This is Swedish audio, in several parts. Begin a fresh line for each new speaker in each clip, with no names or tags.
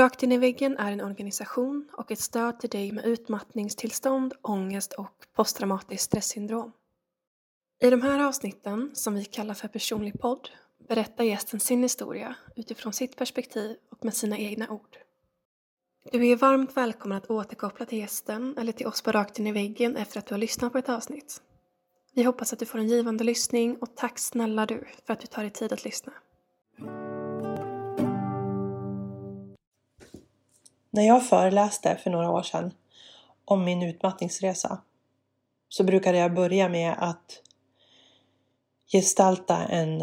Rakt in i väggen är en organisation och ett stöd till dig med utmattningstillstånd, ångest och posttraumatiskt stresssyndrom. I de här avsnitten, som vi kallar för personlig podd, berättar gästen sin historia utifrån sitt perspektiv och med sina egna ord. Du är varmt välkommen att återkoppla till gästen eller till oss på Rakt in i väggen efter att du har lyssnat på ett avsnitt. Vi hoppas att du får en givande lyssning och tack snälla du för att du tar dig tid att lyssna.
När jag föreläste för några år sedan om min utmattningsresa så brukade jag börja med att gestalta en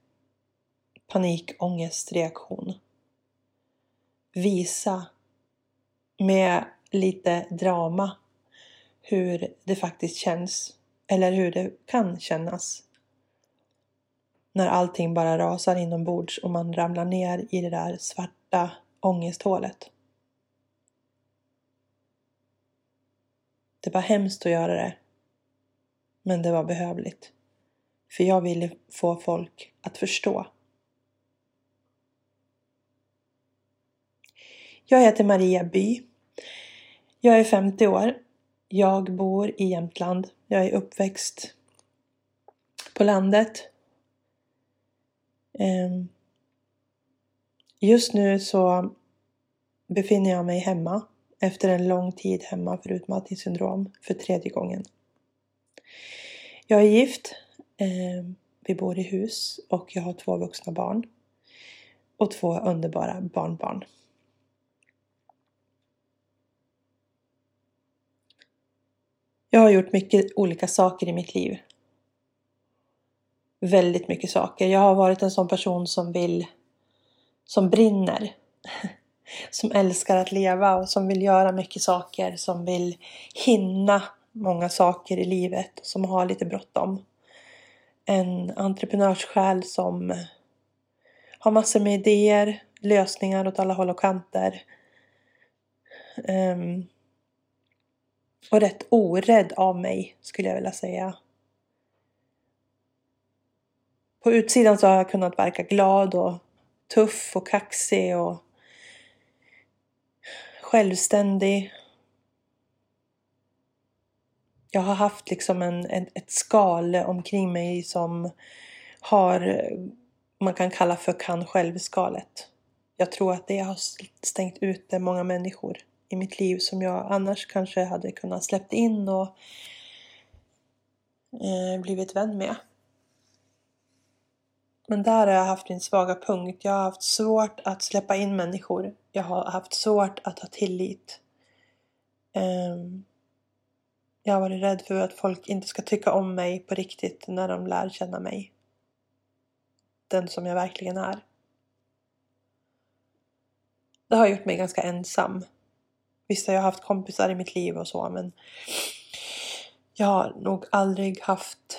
panikångestreaktion. Visa med lite drama hur det faktiskt känns eller hur det kan kännas när allting bara rasar inombords och man ramlar ner i det där svarta ångesthålet. Det var hemskt att göra det, men det var behövligt. För jag ville få folk att förstå. Jag heter Maria By. Jag är 50 år. Jag bor i Jämtland. Jag är uppväxt på landet. Just nu så befinner jag mig hemma efter en lång tid hemma för utmattningssyndrom för 3:e gången. Jag är gift. Vi bor i hus och jag har 2 vuxna barn och 2 underbara barnbarn. Jag har gjort mycket olika saker i mitt liv. Väldigt mycket saker. Jag har varit en sån person som brinner. Som älskar att leva och som vill göra mycket saker. Som vill hinna många saker i livet. Som har lite bråttom. En entreprenörssjäl som har massor med idéer. Lösningar åt alla håll och kanter. Och rätt orädd av mig skulle jag vilja säga. På utsidan så har jag kunnat verka glad och tuff och kaxig och självständig. Jag har haft liksom ett skal omkring mig som man kan kalla för kan självskalet. Jag tror att det har stängt ute många människor i mitt liv som jag annars kanske hade kunnat släppt in och blivit vän med. Men där har jag haft min svaga punkt. Jag har haft svårt att släppa in människor. Jag har haft svårt att ha tillit. Jag har varit rädd för att folk inte ska tycka om mig på riktigt när de lär känna mig. Den som jag verkligen är. Det har gjort mig ganska ensam. Visst har jag haft kompisar i mitt liv och så, men jag har nog aldrig haft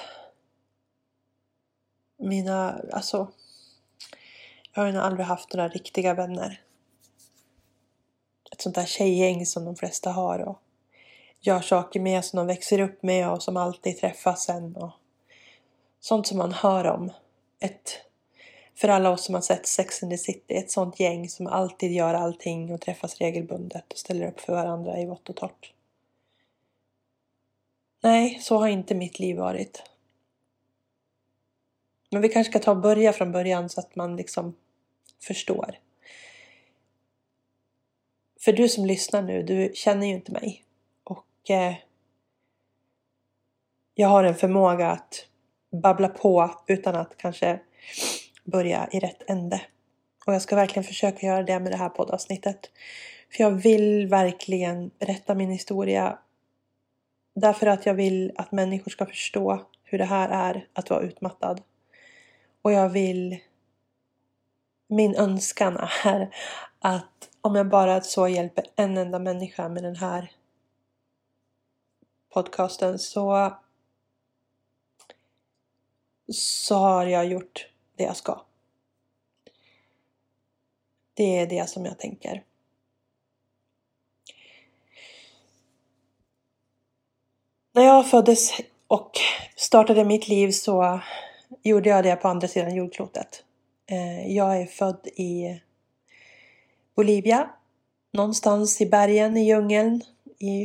jag har nog aldrig haft några riktiga vänner. Ett sånt där tjejgäng som de flesta har och gör saker med som de växer upp med och som alltid träffas sen och sånt som man hör om. För alla oss som har sett Sex and the City, ett sånt gäng som alltid gör allting och träffas regelbundet och ställer upp för varandra i vått och torrt. Nej, så har inte mitt liv varit. Men vi kanske ska ta och börja från början så att man liksom förstår. För du som lyssnar nu, du känner ju inte mig. Och jag har en förmåga att babbla på utan att kanske börja i rätt ände. Och jag ska verkligen försöka göra det med det här poddavsnittet. För jag vill verkligen berätta min historia. Därför att jag vill att människor ska förstå hur det här är att vara utmattad. Och min önskan är att om jag bara så hjälper en enda människa med den här podcasten så har jag gjort det jag ska. Det är det som jag tänker. När jag föddes och startade mitt liv så gjorde jag det på andra sidan jordklotet. Jag är född i Bolivia någonstans i bergen, i djungeln, i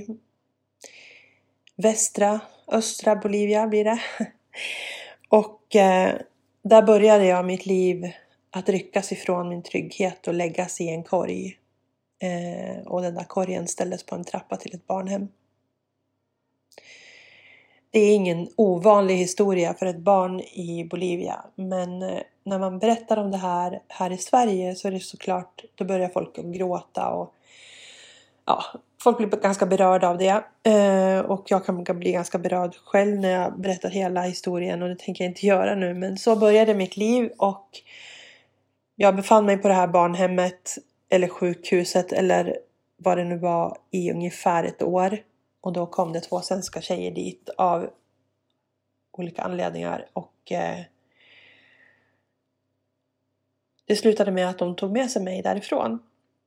östra Bolivia blir det. Och där började jag mitt liv att ryckas ifrån min trygghet och läggas i en korg. Och den där korgen ställdes på en trappa till ett barnhem. Det är ingen ovanlig historia för ett barn i Bolivia. Men när man berättar om det här i Sverige så är det såklart, då börjar folk att gråta. Och ja, folk blir ganska berörda av det. Och jag kan bli ganska berörd själv när jag berättar hela historien. Och det tänker jag inte göra nu. Men så började mitt liv och jag befann mig på det här barnhemmet eller sjukhuset eller vad det nu var i ungefär ett år. Och då kom det 2 svenska tjejer dit av olika anledningar. Och det slutade med att de tog med sig mig därifrån.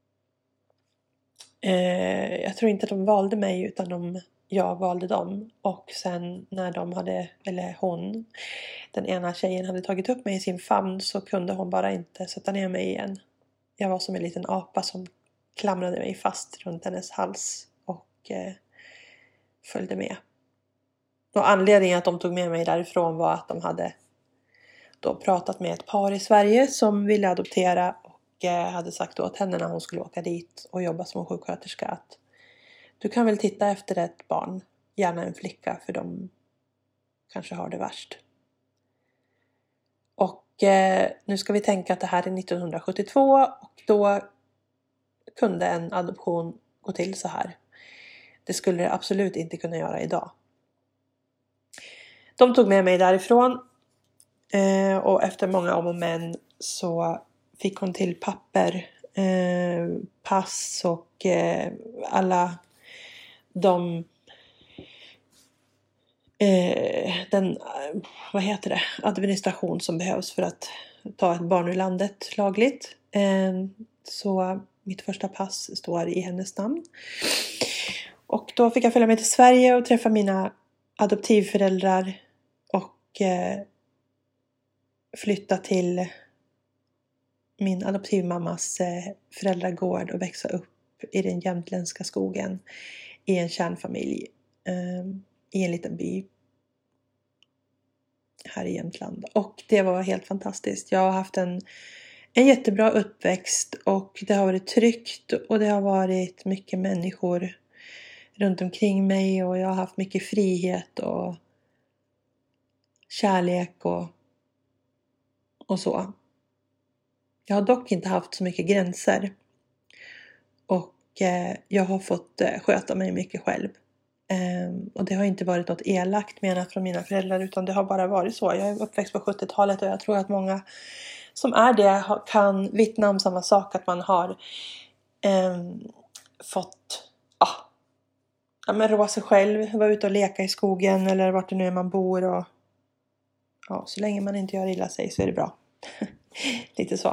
Jag tror inte att de valde mig utan jag valde dem. Och sen när den ena tjejen hade tagit upp mig i sin famn så kunde hon bara inte sätta ner mig igen. Jag var som en liten apa som klamrade mig fast runt hennes hals och följde med. Och anledningen att de tog med mig därifrån var att de hade då pratat med ett par i Sverige som ville adoptera och hade sagt åt henne när hon skulle åka dit och jobba som sjuksköterska att du kan väl titta efter ett barn, gärna en flicka för de kanske har det värst. Och nu ska vi tänka att det här är 1972 och då kunde en adoption gå till så här. Det skulle det absolut inte kunna göra idag. De tog med mig därifrån och efter många om och men så fick hon till papper, pass och alla de administration som behövs för att ta ett barn ur landet lagligt. Så mitt första pass står i hennes namn. Och då fick jag följa med till Sverige och träffa mina adoptivföräldrar och flytta till min adoptivmammas föräldragård och växa upp i den jämtländska skogen i en kärnfamilj i en liten by här i Jämtland. Och det var helt fantastiskt. Jag har haft en jättebra uppväxt och det har varit tryggt och det har varit mycket människor runt omkring mig och jag har haft mycket frihet och kärlek och så. Jag har dock inte haft så mycket gränser och jag har fått sköta mig mycket själv. Och det har inte varit något elakt menat från mina föräldrar utan det har bara varit så. Jag är uppväxt på 70-talet och jag tror att många som är det kan vittna om samma sak. Att man har fått rå sig själv, vara ute och leka i skogen eller vart det nu är man bor. Och, så länge man inte gör illa sig så är det bra. Lite så.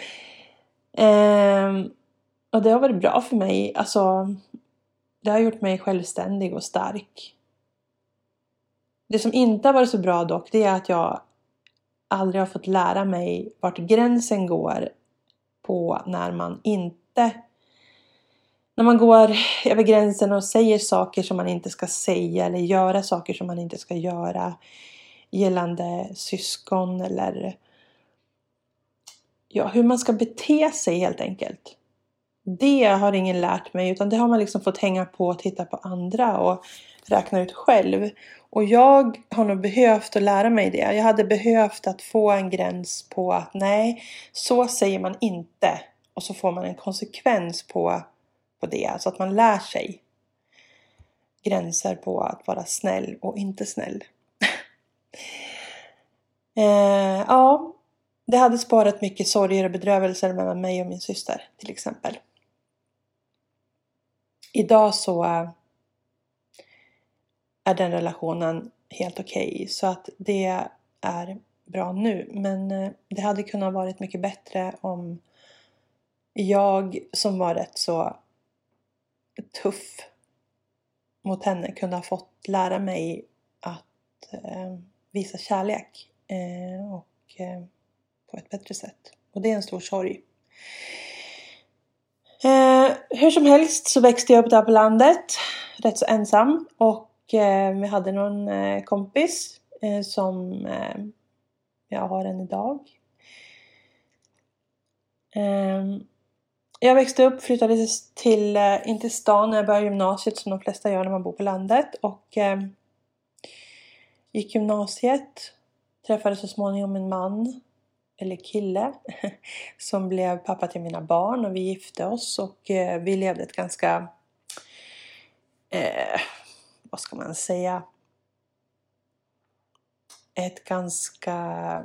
Och det har varit bra för mig. Alltså, det har gjort mig självständig och stark. Det som inte har varit så bra dock, det är att jag aldrig har fått lära mig vart gränsen går på när man går över gränsen och säger saker som man inte ska säga eller göra saker som man inte ska göra gällande syskon eller hur man ska bete sig helt enkelt. Det har ingen lärt mig utan det har man liksom fått hänga på och titta på andra och räkna ut själv. Och jag har nog behövt att lära mig det. Jag hade behövt att få en gräns på att nej, så säger man inte. Och så får man en konsekvens på det. Så att man lär sig gränser på att vara snäll och inte snäll. Det hade sparat mycket sorger och bedrövelser mellan mig och min syster till exempel. Idag så är den relationen helt okej. Så att det är bra nu. Men det hade kunnat varit mycket bättre om jag som var rätt så tuff mot henne kunde ha fått lära mig att visa kärlek och på ett bättre sätt. Och det är en stor sorg. Hur som helst så växte jag upp där på landet. Rätt så ensam. Och vi hade någon kompis som jag har än idag. Jag växte upp, flyttade till, in till stan när jag började gymnasiet som de flesta gör när man bor på landet. Och gick gymnasiet. Träffade så småningom en man, eller kille, som blev pappa till mina barn. Och vi gifte oss och vi levde ett ganska, vad ska man säga? Ett ganska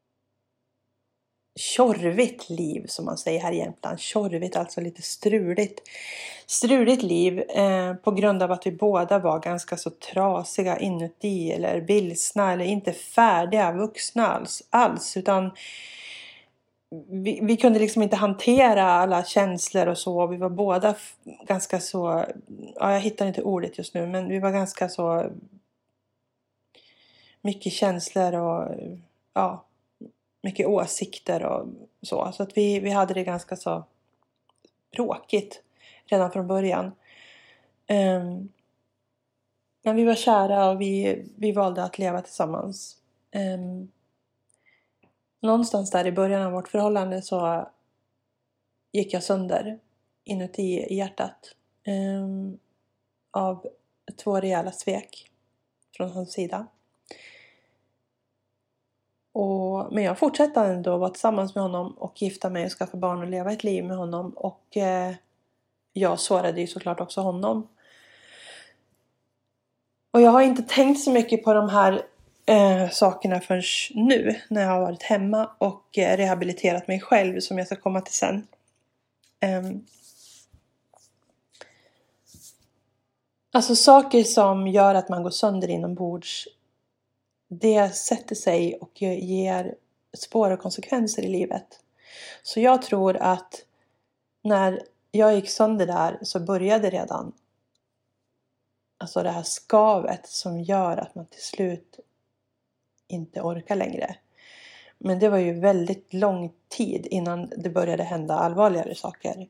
tjorvigt liv som man säger här i Jämtland. Tjorvigt, alltså lite struligt liv på grund av att vi båda var ganska så trasiga inuti eller vilsna eller inte färdiga vuxna alls utan vi kunde liksom inte hantera alla känslor och så. Vi var båda ganska så, ja, jag hittar inte ordet just nu, men vi var ganska så mycket känslor och ja, mycket åsikter och så. Så att vi hade det ganska så bråkigt redan från början. Men vi var kära och vi valde att leva tillsammans. Någonstans där i början av vårt förhållande så gick jag sönder inuti hjärtat. Av 2 rejäla svek från hans sida. Men jag fortsatte ändå vara tillsammans med honom och gifta mig och skaffa barn och leva ett liv med honom. Och jag sårade ju såklart också honom. Och jag har inte tänkt så mycket på de här sakerna förrän nu när jag har varit hemma och rehabiliterat mig själv, som jag ska komma till sen. Alltså saker som gör att man går sönder inombords, det sätter sig och ger spår och konsekvenser i livet. Så jag tror att när jag gick sönder där så började redan alltså det här skavet som gör att man till slut inte orkar längre. Men det var ju väldigt lång tid innan det började hända allvarligare saker.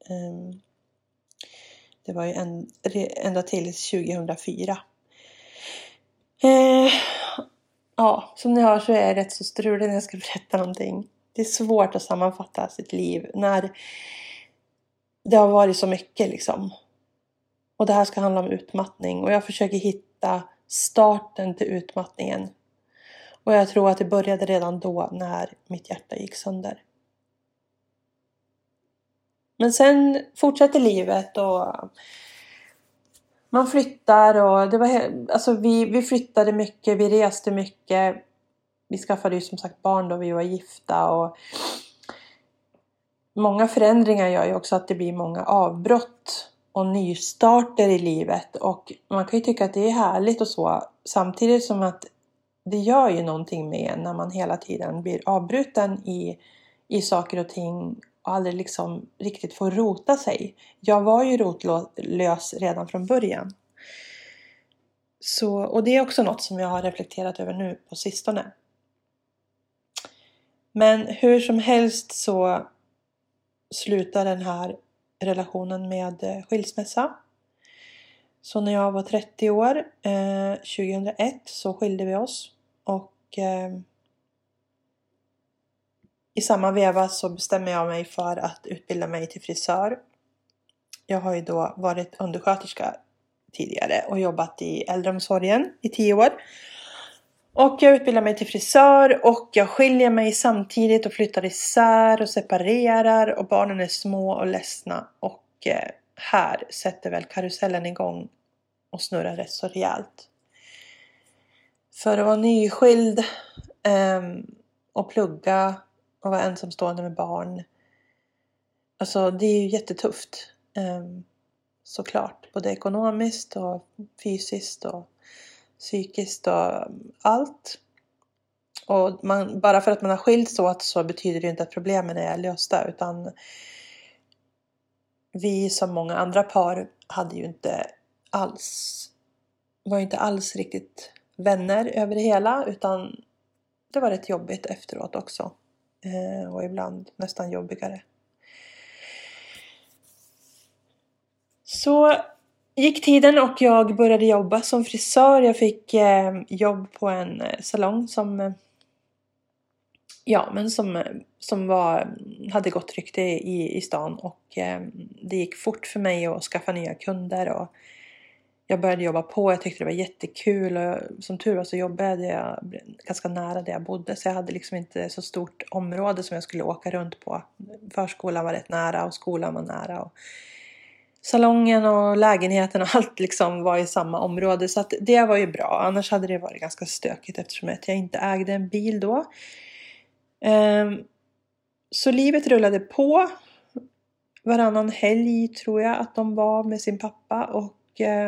Det var ju ända till 2004. Ja, som ni hör så är jag rätt så strulig när jag ska berätta någonting. Det är svårt att sammanfatta sitt liv när det har varit så mycket liksom. Och det här ska handla om utmattning. Och jag försöker hitta starten till utmattningen. Och jag tror att det började redan då när mitt hjärta gick sönder. Men sen fortsätter livet och man flyttar och det var, alltså vi flyttade mycket, vi reste mycket. Vi skaffade ju som sagt barn då vi var gifta och många förändringar gör ju också att det blir många avbrott och nystarter i livet. Och man kan ju tycka att det är härligt och så, samtidigt som att det gör ju någonting med när man hela tiden blir avbruten i saker och ting och aldrig liksom riktigt får rota sig. Jag var ju rotlös redan från början. Så, och det är också något som jag har reflekterat över nu på sistone. Men hur som helst så slutar den här relationen med skilsmässa. Så när jag var 30 år, 2001, så skilde vi oss. Och i samma veva så bestämmer jag mig för att utbilda mig till frisör. Jag har ju då varit undersköterska tidigare och jobbat i äldreomsorgen i 10 år. Och jag utbildar mig till frisör och jag skiljer mig samtidigt och flyttar isär och separerar. Och barnen är små och ledsna. Och här sätter väl karusellen igång och snurrar rätt så rejält. För att vara nyskild och plugga och vara ensamstående med barn. Alltså det är ju jättetufft. Såklart. Både ekonomiskt och fysiskt och psykiskt och allt. Och bara för att man har skilts åt så betyder det inte att problemen är lösta. Utan vi som många andra par hade ju var ju inte alls riktigt vänner över det hela. Utan det var rätt jobbigt efteråt också. Och ibland nästan jobbigare. Så gick tiden och jag började jobba som frisör. Jag fick jobb på en salong som hade gott rykte i stan. Och det gick fort för mig att skaffa nya kunder. Och jag började jobba på. Jag tyckte det var jättekul. Och som tur var så jobbade jag ganska nära där jag bodde. Så jag hade liksom inte så stort område som jag skulle åka runt på. Förskolan var rätt nära och skolan var nära. Och salongen och lägenheten och allt liksom var i samma område. Så att det var ju bra. Annars hade det varit ganska stökigt eftersom jag inte ägde en bil då. Så livet rullade på. Varannan helg tror jag att de var med sin pappa. Och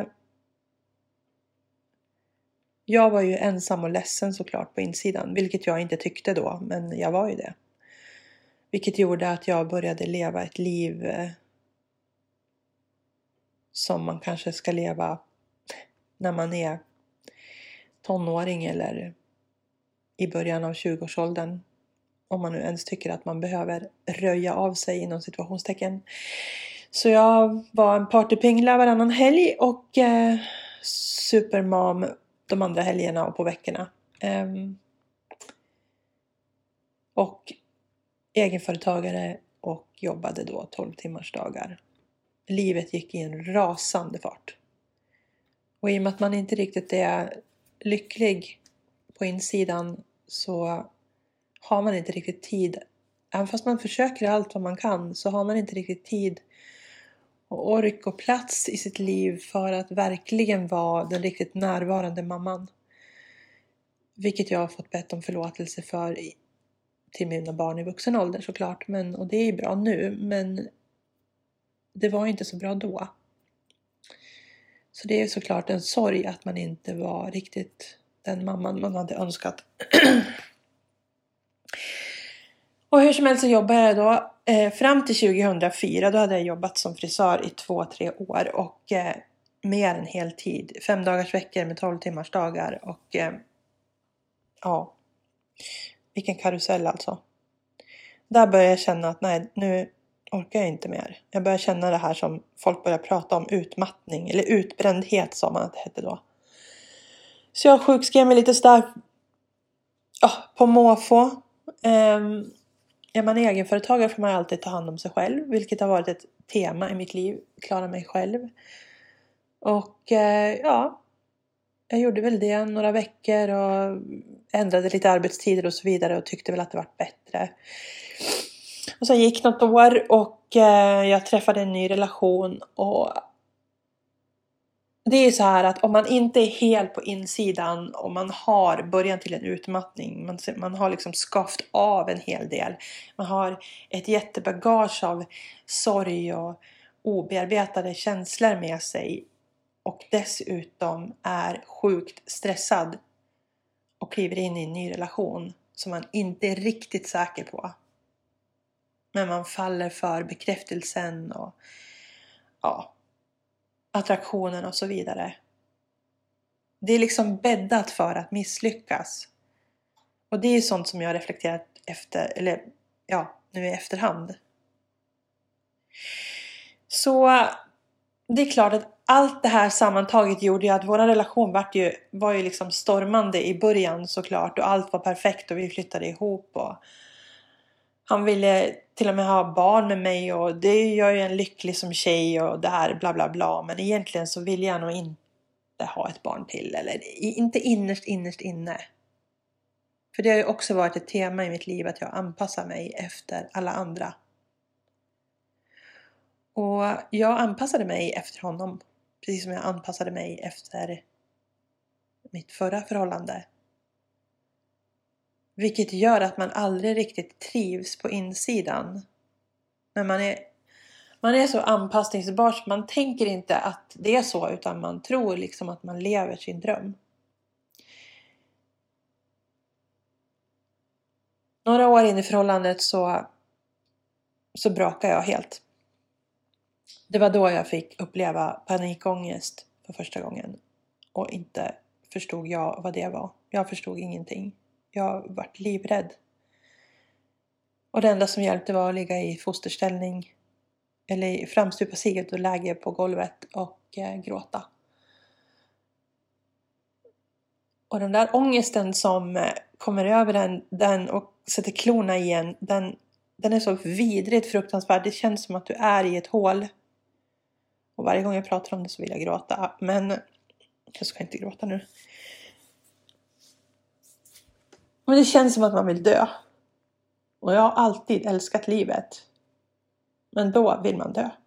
jag var ju ensam och ledsen såklart på insidan. Vilket jag inte tyckte då. Men jag var ju det. Vilket gjorde att jag började leva ett liv som man kanske ska leva när man är tonåring eller i början av 20-årsåldern. Om man nu ens tycker att man behöver röja av sig inom situationstecken. Så jag var en partypingla varannan helg och supermam de andra helgerna och på veckorna. Och egenföretagare och jobbade då 12 timmars dagar. Livet gick i en rasande fart. Och i och med att man inte riktigt är lycklig på insidan så har man inte riktigt tid. Även fast man försöker allt vad man kan så har man inte riktigt tid och ork och plats i sitt liv för att verkligen vara den riktigt närvarande mamman. Vilket jag har fått bett om förlåtelse för till mina barn i vuxen ålder såklart. Och det är bra nu, men det var inte så bra då. Så det är såklart en sorg att man inte var riktigt den mamman man hade önskat. Och hur som helst så jobbade jag då fram till 2004. Då hade jag jobbat som frisör i 2-3 år. Och mer än heltid. 5 dagars veckor med 12 timmars dagar. Och ja, vilken karusell alltså. Där började jag känna att nej, nu orkar jag inte mer. Jag börjar känna det här som folk börjar prata om, utmattning. Eller utbrändhet som man hette då. Så jag sjukskrev mig lite sådär på måfå. Är man egenföretagare får man alltid ta hand om sig själv. Vilket har varit ett tema i mitt liv. Klara mig själv. Och jag gjorde väl det några veckor. Och ändrade lite arbetstider och så vidare. Och tyckte väl att det var bättre. Och sen gick något år och jag träffade en ny relation. Och det är så här att om man inte är helt på insidan och man har början till en utmattning. Man har liksom skaft av en hel del. Man har ett jättebagage av sorg och obearbetade känslor med sig. Och dessutom är sjukt stressad och kliver in i en ny relation som man inte är riktigt säker på. Men man faller för bekräftelsen och attraktionen och så vidare. Det är liksom bäddat för att misslyckas. Och det är sånt som jag har reflekterat efter, nu i efterhand. Så det är klart att allt det här sammantaget gjorde ju att vår relation var ju liksom stormande i början såklart. Och allt var perfekt och vi flyttade ihop och han ville till och med ha barn med mig och det gör ju en lycklig som tjej och det här bla bla bla. Men egentligen så vill jag nog inte ha ett barn till. Eller inte innerst inne. För det har ju också varit ett tema i mitt liv att jag anpassar mig efter alla andra. Och jag anpassade mig efter honom. Precis som jag anpassade mig efter mitt förra förhållande. Vilket gör att man aldrig riktigt trivs på insidan. Men man är så anpassningsbar så man tänker inte att det är så. Utan man tror liksom att man lever sin dröm. Några år in i förhållandet så brakade jag helt. Det var då jag fick uppleva panikångest för första gången. Och inte förstod jag vad det var. Jag förstod ingenting. Jag var livrädd. Och det enda som hjälpte var att ligga i fosterställning. eller framstupa sig och lägga på golvet och gråta. Och den där ångesten som kommer över den och sätter klorna i en, den är så vidrigt fruktansvärd. Det känns som att du är i ett hål. Och varje gång jag pratar om det så vill jag gråta. Men jag ska inte gråta nu. Men det känns som att man vill dö. Och jag har alltid älskat livet. Men då vill man dö.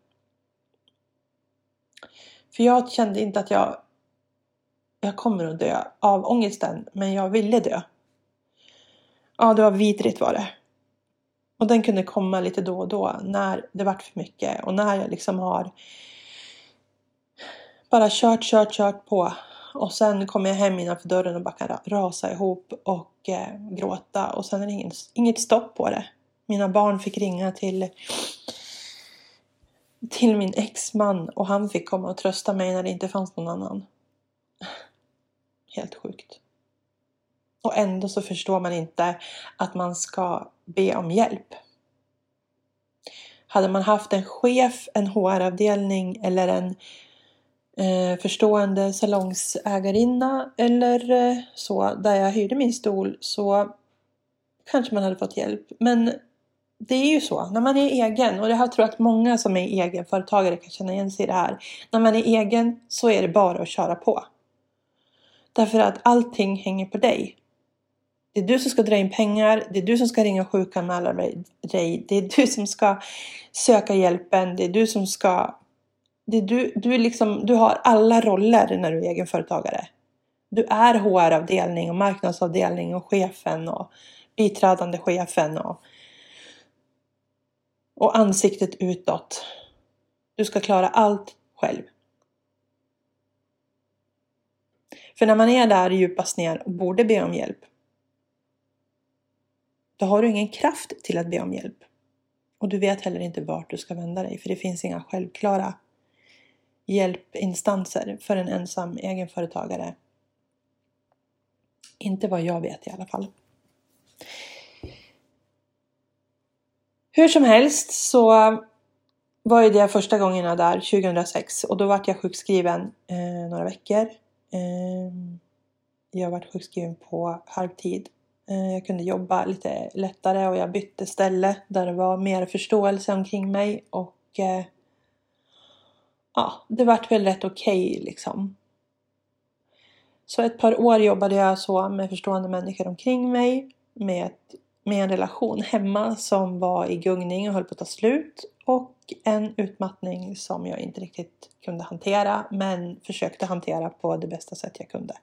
För jag kände inte att jag kommer att dö av ångesten. Men jag ville dö. Ja, det var vidrigt var det. Och den kunde komma lite då och då. När det vart för mycket. Och när jag liksom har bara kört på. Och sen kom jag hem innanför dörren och bara kan rasa ihop och gråta. Och sen är det inget stopp på det. Mina barn fick ringa till min exman. Och han fick komma och trösta mig när det inte fanns någon annan. Helt sjukt. Och ändå så förstår man inte att man ska be om hjälp. Hade man haft en chef, en HR-avdelning eller en förstående salongsägarinna eller så där jag hyrde min stol, så kanske man hade fått hjälp. Men det är ju så, när man är egen, och det här tror jag att många som är egenföretagare kan känna igen sig i det här. När man är egen så är det bara att köra på. Därför att allting hänger på dig. Det är du som ska dra in pengar. Det är du som ska ringa och sjukanmäla dig. Det är du som ska söka hjälpen. Det är du som ska... Du har alla roller när du är egenföretagare. Du är HR-avdelning och marknadsavdelning och chefen och biträdande chefen och ansiktet utåt. Du ska klara allt själv. För när man är där djupast ner och borde be om hjälp, då har du ingen kraft till att be om hjälp. Och du vet heller inte vart du ska vända dig. För det finns inga självklara hjälpinstanser för en ensam egenföretagare. Inte vad jag vet i alla fall. Hur som helst så var ju det första gångerna där 2006. Och då var jag sjukskriven några veckor. Jag var sjukskriven på halvtid. Jag kunde jobba lite lättare och jag bytte ställe där det var mer förståelse omkring mig. Och det vart väl rätt okej liksom. Så ett par år jobbade jag så med förstående människor omkring mig. Med en relation hemma som var i gungning och höll på att ta slut. Och en utmattning som jag inte riktigt kunde hantera. Men försökte hantera på det bästa sätt jag kunde.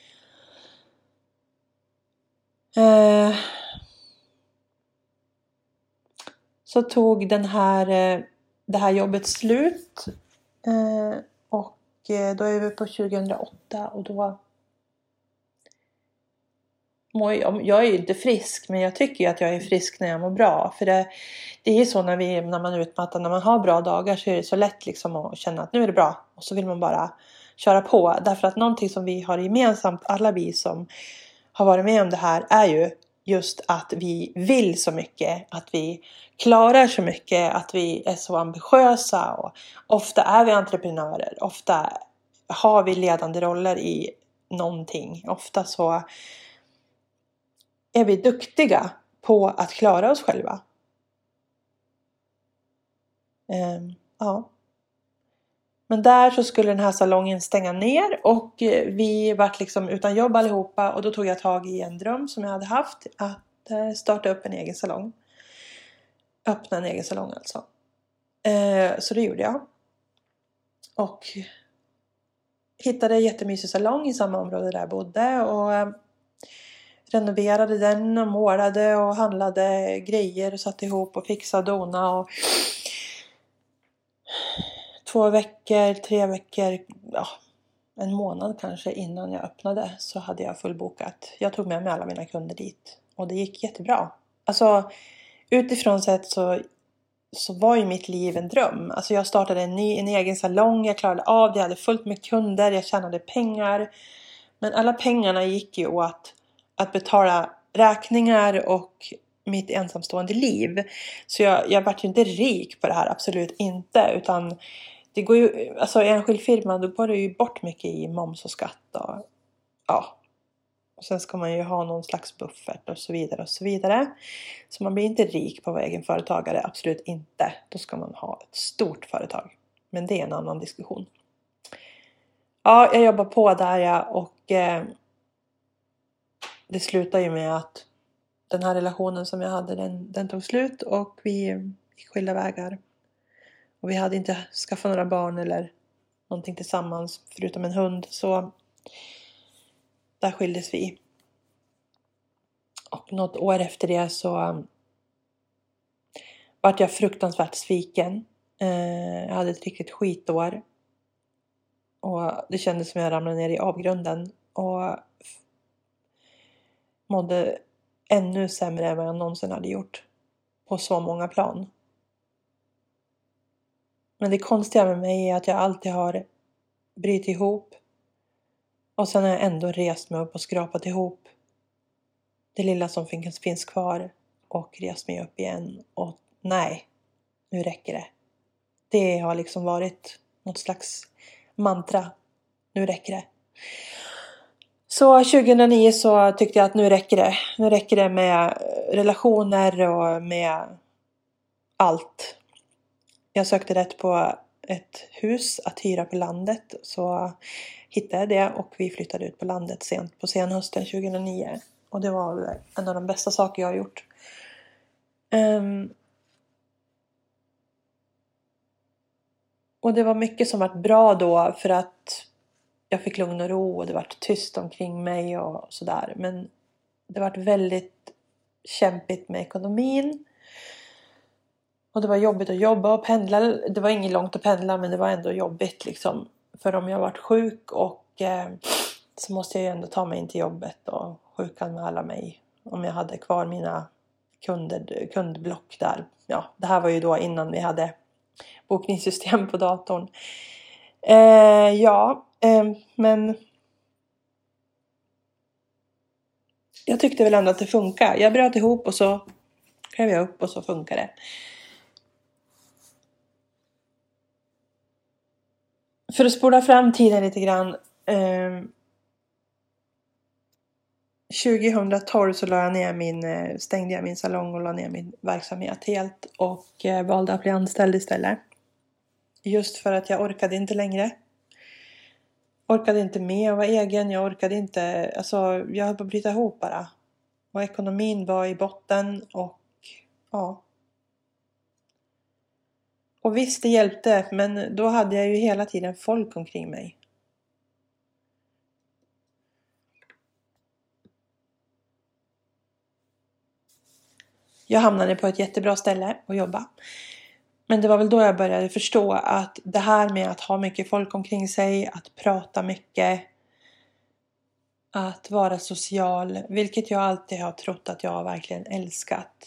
Så tog det här jobbet slut. Och då är vi på 2008 och då jag är ju inte frisk, men jag tycker ju att jag är frisk när jag mår bra. För det är ju så när man är utmattad, när man har bra dagar så är det så lätt liksom att känna att nu är det bra. Och så vill man bara köra på. Därför att någonting som vi har gemensamt, alla vi som har varit med om det här, är ju just att vi vill så mycket. Att vi klarar så mycket, att vi är så ambitiösa. Och ofta är vi entreprenörer. Ofta har vi ledande roller i någonting. Ofta så är vi duktiga på att klara oss själva. Men där så skulle den här salongen stänga ner. Och vi vart liksom utan jobb allihopa. Och då tog jag tag i en dröm som jag hade haft. Att starta upp en egen salong. Öppna en egen salong alltså. Så det gjorde jag. Och hittade en jättemysig salong i samma område där jag bodde. Och renoverade den och målade och handlade grejer och satte ihop och fixade och dona. Och 2 veckor, 3 veckor, en månad kanske innan jag öppnade så hade jag fullbokat. Jag tog med mig alla mina kunder dit och det gick jättebra. Alltså utifrån sett så var ju mitt liv en dröm. Alltså jag startade en egen salong, jag klarade av det, jag hade fullt med kunder, jag tjänade pengar. Men alla pengarna gick ju åt att betala räkningar och mitt ensamstående liv. Så jag vart ju inte rik på det här, absolut inte. Utan det går ju, alltså enskild firma, då går det ju bort mycket i moms och skatt. Och, ja. Och sen ska man ju ha någon slags buffert och så vidare och så vidare. Så man blir inte rik på att vara egenföretagare, absolut inte. Då ska man ha ett stort företag. Men det är en annan diskussion. Ja, jag jobbar på där och det slutar ju med att den här relationen som jag hade, den tog slut och vi gick skilda vägar. Och vi hade inte skaffat några barn eller någonting tillsammans förutom en hund. Så där skildes vi. Och något år efter det så vart jag fruktansvärt sviken. Jag hade ett riktigt skitår. Och det kändes som jag ramlade ner i avgrunden. Och mådde ännu sämre än vad jag någonsin hade gjort. På så många plan. Men det konstiga med mig är att jag alltid har brytit ihop. Och sen har jag ändå rest mig upp och skrapat ihop det lilla som finns kvar. Och rest mig upp igen. Och nej, nu räcker det. Det har liksom varit något slags mantra. Nu räcker det. Så 2009 så tyckte jag att nu räcker det. Nu räcker det med relationer och med allt. Jag sökte rätt på ett hus att hyra på landet. Så hittade jag det och vi flyttade ut på landet sent på senhösten 2009. Och det var en av de bästa saker jag har gjort. Och det var mycket som var bra då för att jag fick lugn och ro och det var tyst omkring mig och sådär. Men det var väldigt kämpigt med ekonomin. Och det var jobbigt att jobba och pendla. Det var inget långt att pendla men det var ändå jobbigt liksom. För om jag varit sjuk och så måste jag ju ändå ta mig in till jobbet och sjukanmäla mig. Om jag hade kvar mina kundblock där. Ja, det här var ju då innan vi hade bokningssystem på datorn. Men jag tyckte väl ändå att det funkar. Jag bröt ihop och så klev jag upp och så funkar det. För att spola fram tiden lite grann. 2012 så stängde jag min salong och la ner min verksamhet helt. Och valde att bli anställd istället. Just för att jag orkade inte längre. Orkade inte med att vara egen. Jag orkade inte. Alltså jag höll på att bryta ihop bara. Och ekonomin var i botten. Och ja. Och visst det hjälpte. Men då hade jag ju hela tiden folk omkring mig. Jag hamnade på ett jättebra ställe att jobba. Men det var väl då jag började förstå att det här med att ha mycket folk omkring sig, att prata mycket, att vara social, vilket jag alltid har trott att jag verkligen älskat.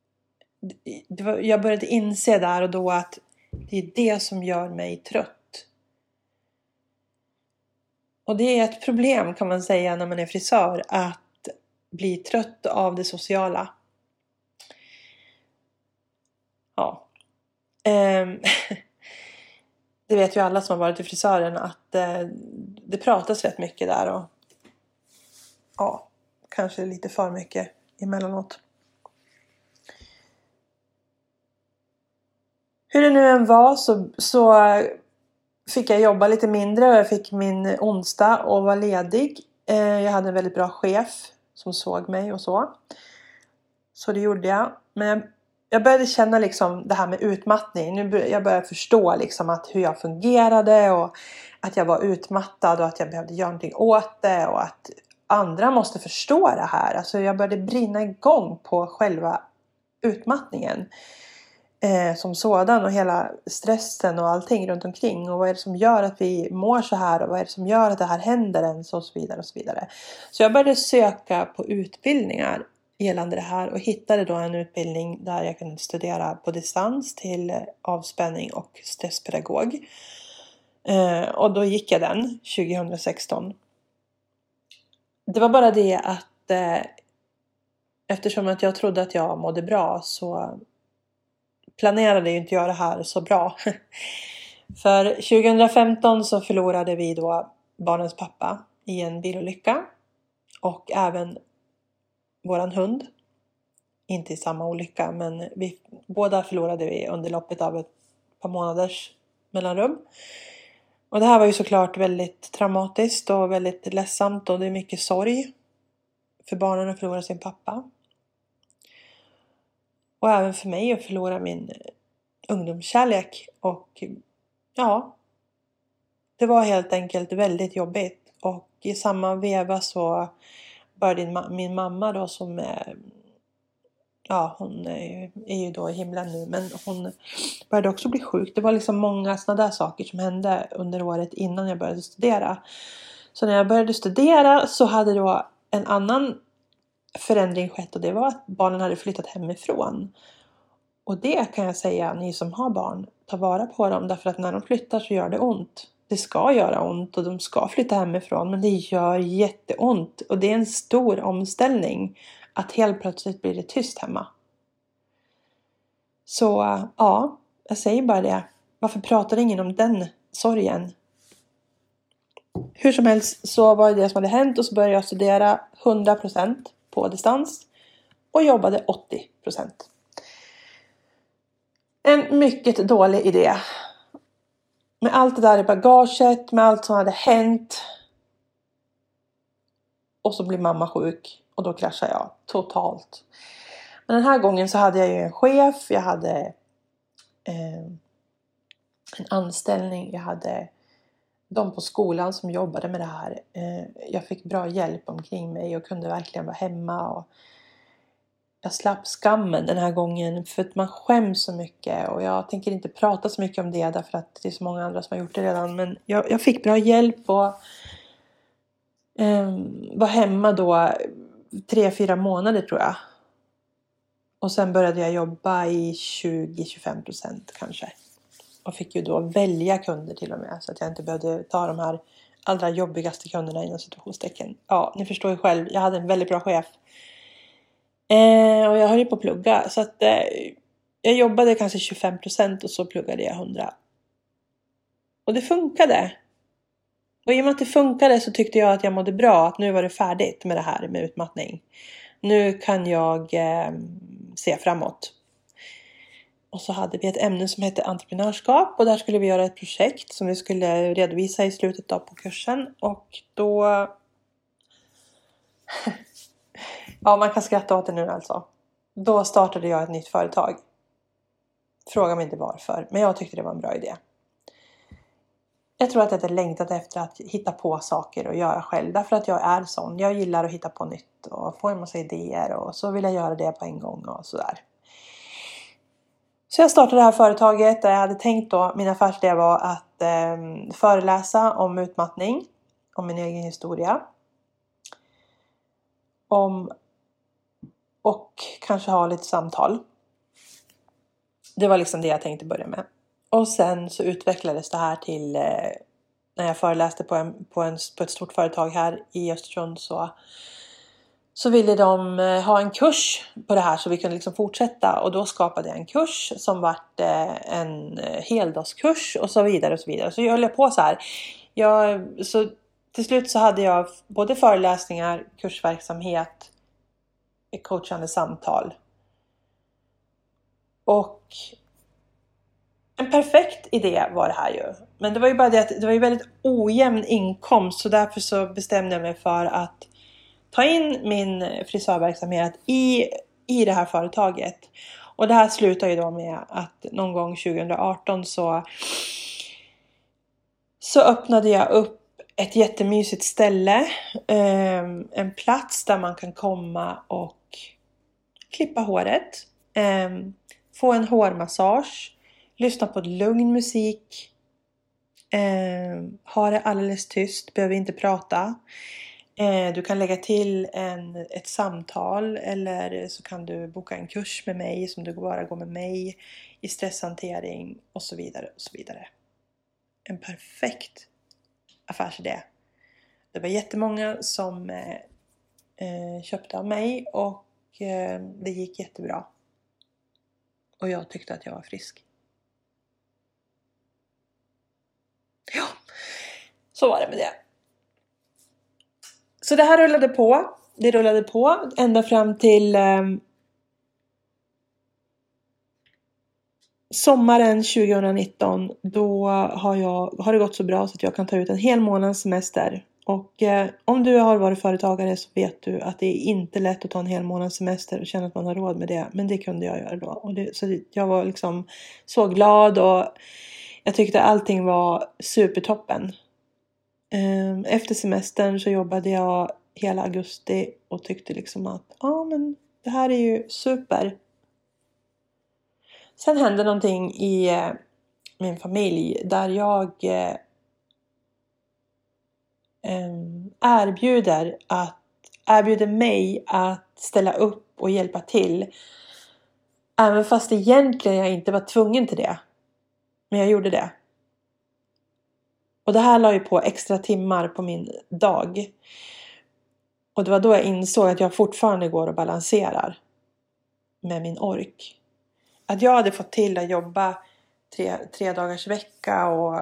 Jag började inse där och då att det är det som gör mig trött. Och det är ett problem kan man säga när man är frisör, att bli trött av det sociala. Ja. Det vet ju alla som har varit i frisören att det pratas rätt mycket där och ja, kanske lite för mycket emellanåt. Hur det nu än var så fick jag jobba lite mindre och jag fick min onsdag och var ledig. Jag hade en väldigt bra chef som såg mig och så. Så det gjorde jag. Men jag började känna liksom det här med utmattning. Jag började förstå liksom att hur jag fungerade och att jag var utmattad och att jag behövde göra någonting åt det och att andra måste förstå det här. Alltså jag började brinna igång på själva utmattningen som sådan och hela stressen och allting runt omkring. Och vad är det som gör att vi mår så här och vad är det som gör att det här händer ens och så vidare och så vidare. Så jag började söka på utbildningar gällande det här och hittade då en utbildning där jag kunde studera på distans till avspänning och stresspedagog. Och då gick jag den 2016. Det var bara det att eftersom att jag trodde att jag mådde bra så planerade jag inte göra det här så bra. För 2015 så förlorade vi då barnens pappa i en bilolycka. Och även våran hund. Inte i samma olycka, men båda förlorade vi under loppet av ett par månaders mellanrum. Och det här var ju såklart väldigt traumatiskt och väldigt ledsamt, och det är mycket sorg för barnen att förlora sin pappa. Och även för mig att förlora min ungdomskärlek. Och ja, det var helt enkelt väldigt jobbigt. Och i samma veva så började min mamma då, som hon är ju då i himlen nu, men hon började också bli sjuk. Det var liksom många sådana där saker som hände under året innan jag började studera. Så när jag började studera så hade då en annan förändring skett, och det var att barnen hade flyttat hemifrån. Och det kan jag säga, ni som har barn, ta vara på dem, därför att när de flyttar så gör det ont. Det ska göra ont och de ska flytta hemifrån, men det gör jätteont, och det är en stor omställning att helt plötsligt blir det tyst hemma. Så ja, jag säger bara det. Varför pratar ingen om den sorgen? Hur som helst så var det som hade hänt, och så började jag studera 100% på distans och jobbade 80%. En mycket dålig idé. Med allt det där i bagaget, med allt som hade hänt. Och så blir mamma sjuk, och då kraschar jag totalt. Men den här gången så hade jag ju en chef, jag hade en anställning, jag hade de på skolan som jobbade med det här. Jag fick bra hjälp omkring mig och kunde verkligen vara hemma. Och jag slapp skammen den här gången, för att man skäms så mycket. Och jag tänker inte prata så mycket om det, därför att det är så många andra som har gjort det redan. Men jag fick bra hjälp och var hemma då 3-4 månader tror jag. Och sen började jag jobba i 20-25% kanske. Och fick ju då välja kunder till och med. Så att jag inte behövde ta de här allra jobbigaste kunderna inom situationstecken. Ja, ni förstår ju själv. Jag hade en väldigt bra chef. Och jag höll ju på att plugga. Så att jag jobbade kanske 25% och så pluggade jag 100. Och det funkade. Och i och med att det funkade så tyckte jag att jag mådde bra. Att nu var det färdigt med det här med utmattning. Nu kan jag se framåt. Och så hade vi ett ämne som hette entreprenörskap. Och där skulle vi göra ett projekt som vi skulle redovisa i slutet av på kursen. Och då... ja, man kan skratta åt det nu alltså. Då startade jag ett nytt företag. Fråga mig inte varför. Men jag tyckte det var en bra idé. Jag tror att jag hade längtat efter att hitta på saker och göra själv. Därför att jag är sån. Jag gillar att hitta på nytt och få en massa idéer. Och så vill jag göra det på en gång och sådär. Så jag startade det här företaget. Där jag hade tänkt då, min affärsidé var att föreläsa om utmattning. Om min egen historia. Och kanske ha lite samtal. Det var liksom det jag tänkte börja med. Och sen så utvecklades det här till när jag föreläste på ett stort företag här i Östersund, så ville de ha en kurs på det här så vi kunde liksom fortsätta. Och då skapade jag en kurs som vart en heldagskurs och så vidare och så vidare. Så jag höll på så här. Så till slut så hade jag både föreläsningar, kursverksamhet, coachande samtal. Och en perfekt idé var det här ju. Men det var ju bara det att det var ju väldigt ojämn inkomst. Så därför så bestämde jag mig för att ta in min frisörverksamhet i det här företaget. Och det här slutar ju då med att någon gång 2018 så öppnade jag upp ett jättemysigt ställe. En plats där man kan komma och klippa håret. Få en hårmassage. Lyssna på lugn musik. Ha det alldeles tyst. Behöver inte prata. Du kan lägga till ett samtal. Eller så kan du boka en kurs med mig. Som du bara går med mig. I stresshantering. Och så vidare och så vidare. En perfekt affärsidé. Det var jättemånga som köpte av mig. Och det gick jättebra. Och jag tyckte att jag var frisk. Ja, så var det med det. Så det här rullade på. Det rullade på ända fram till sommaren 2019. Då har det gått så bra så att jag kan ta ut en hel månads semester. Och om du har varit företagare så vet du att det är inte lätt att ta en hel månads semester och känna att man har råd med det. Men det kunde jag göra då. Så jag var liksom så glad och jag tyckte allting var supertoppen. Efter semestern så jobbade jag hela augusti och tyckte liksom att men det här är ju super. Sen hände någonting i min familj där jag erbjuder mig att ställa upp och hjälpa till. Även fast egentligen jag inte var tvungen till det. Men jag gjorde det. Och det här la ju på extra timmar på min dag. Och det var då jag insåg att jag fortfarande går och balanserar med min ork. Att jag hade fått till att jobba 3 dagars vecka och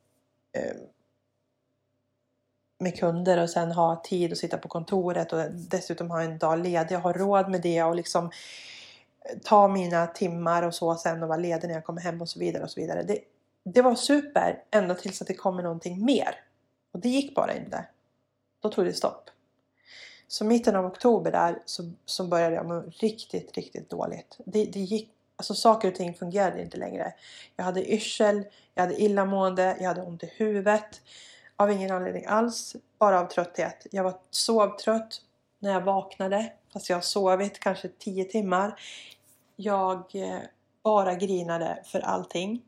med kunder och sen ha tid att sitta på kontoret och dessutom ha en dag ledig och ha råd med det och liksom ta mina timmar och så sen och vara ledig när jag kommer hem och så vidare och så vidare. Det var super ända tills att det kommer någonting mer. Och det gick bara inte. Då tog det stopp. Så mitten av oktober där så började jag må riktigt, riktigt dåligt. Det gick, alltså saker och ting fungerade inte längre. Jag hade yrsel, jag hade illamående, jag hade ont i huvudet. Av ingen anledning alls, bara av trötthet. Jag var sovtrött när jag vaknade, fast jag har sovit kanske 10 timmar. Jag bara grinade för allting.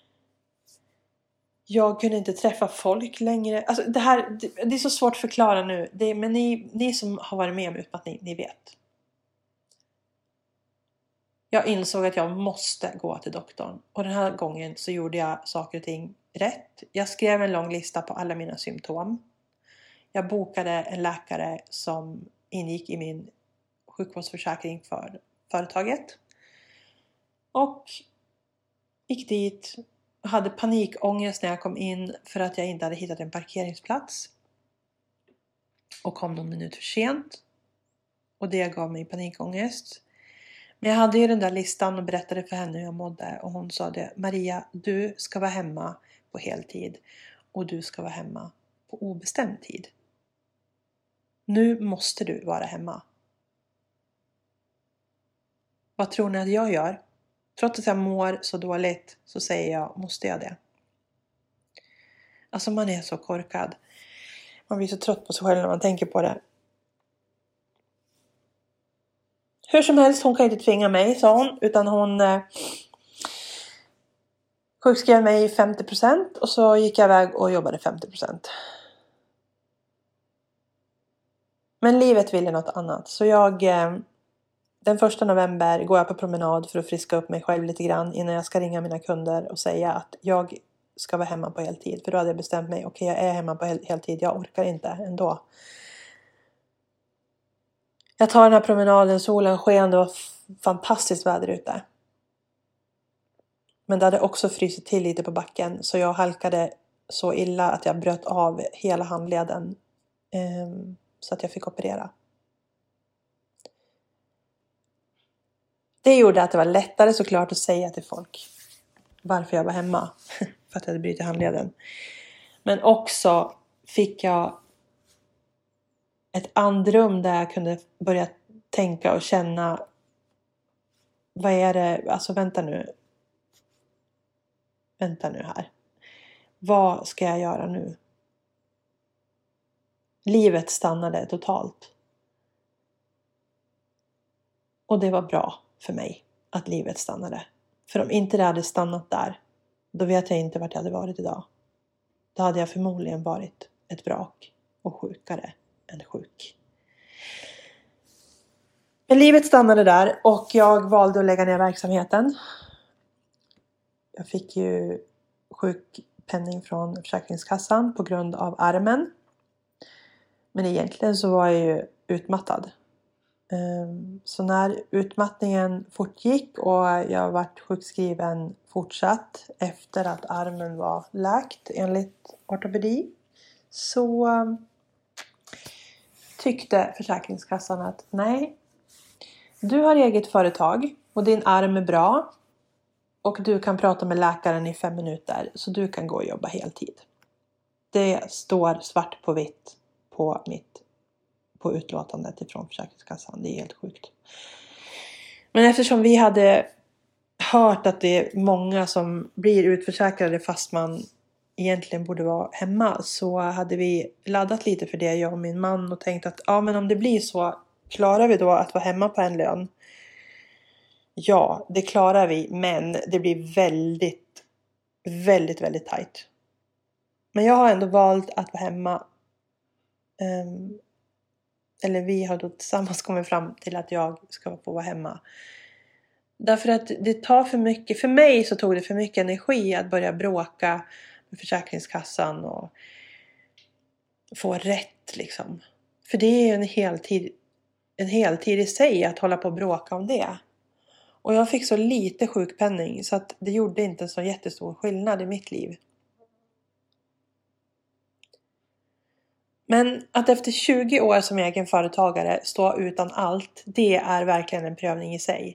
Jag kunde inte träffa folk längre. Alltså det är så svårt att förklara nu. Men ni som har varit med om utmattning, ni vet. Jag insåg att jag måste gå till doktorn. Och den här gången så gjorde jag saker och ting rätt. Jag skrev en lång lista på alla mina symptom. Jag bokade en läkare som ingick i min sjukvårdsförsäkring för företaget. Och gick dit. Jag hade panikångest när jag kom in för att jag inte hade hittat en parkeringsplats. Och kom någon minut för sent. Och det gav mig panikångest. Men jag hade ju den där listan och berättade för henne hur jag mådde. Och hon sa det: Maria, du ska vara hemma på heltid. Och du ska vara hemma på obestämd tid. Nu måste du vara hemma. Vad tror ni att jag gör? Trots att jag mår så dåligt så säger jag, måste jag det? Alltså man är så korkad. Man blir så trött på sig själv när man tänker på det. Hur som helst, hon kan inte tvinga mig, sa hon. Utan hon sjukskrev mig 50% och så gick jag iväg och jobbade 50%. Men livet ville något annat. Så den 1 november går jag på promenad för att friska upp mig själv lite grann innan jag ska ringa mina kunder och säga att jag ska vara hemma på heltid. För då hade jag bestämt mig, okej, jag är hemma på heltid, jag orkar inte ändå. Jag tar den här promenaden, solen sken, det var fantastiskt väder ute. Men det hade också frysit till lite på backen så jag halkade så illa att jag bröt av hela handleden så att jag fick operera. Det gjorde att det var lättare såklart att säga till folk varför jag var hemma. För att jag hade brutit handleden. Men också fick jag ett andrum där jag kunde börja tänka och känna. Vad är det? Alltså vänta nu här. Vad ska jag göra nu? Livet stannade totalt. Och det var bra för mig att livet stannade. För om inte det hade stannat där, då vet jag inte vart jag hade varit idag. Då hade jag förmodligen varit ett vrak och sjukare än sjuk. Men livet stannade där och jag valde att lägga ner verksamheten. Jag fick ju sjukpenning från Försäkringskassan på grund av armen. Men egentligen så var jag ju utmattad. Så när utmattningen fortgick och jag varit sjukskriven fortsatt efter att armen var läkt enligt ortopedi, så tyckte Försäkringskassan att nej, du har eget företag och din arm är bra och du kan prata med läkaren i 5 minuter, så du kan gå och jobba heltid. Det står svart på vitt på utlåtandet ifrån Försäkringskassan. Det är helt sjukt. Men eftersom vi hade hört att det är många som blir utförsäkrade fast man egentligen borde vara hemma, så hade vi laddat lite för det, jag och min man, och tänkt att ja, men om det blir så, klarar vi då att vara hemma på en lön? Ja, det klarar vi, men det blir väldigt, väldigt, väldigt tajt. Men jag har ändå valt att vara hemma. Eller vi har då tillsammans kommit fram till att jag ska få vara hemma. Därför att det tar för mycket. För mig så tog det för mycket energi att börja bråka med Försäkringskassan och få rätt liksom. För det är en heltid i sig att hålla på och bråka om det. Och jag fick så lite sjukpenning så att det gjorde inte så jättestor skillnad i mitt liv. Men att efter 20 år som egen företagare stå utan allt, det är verkligen en prövning i sig.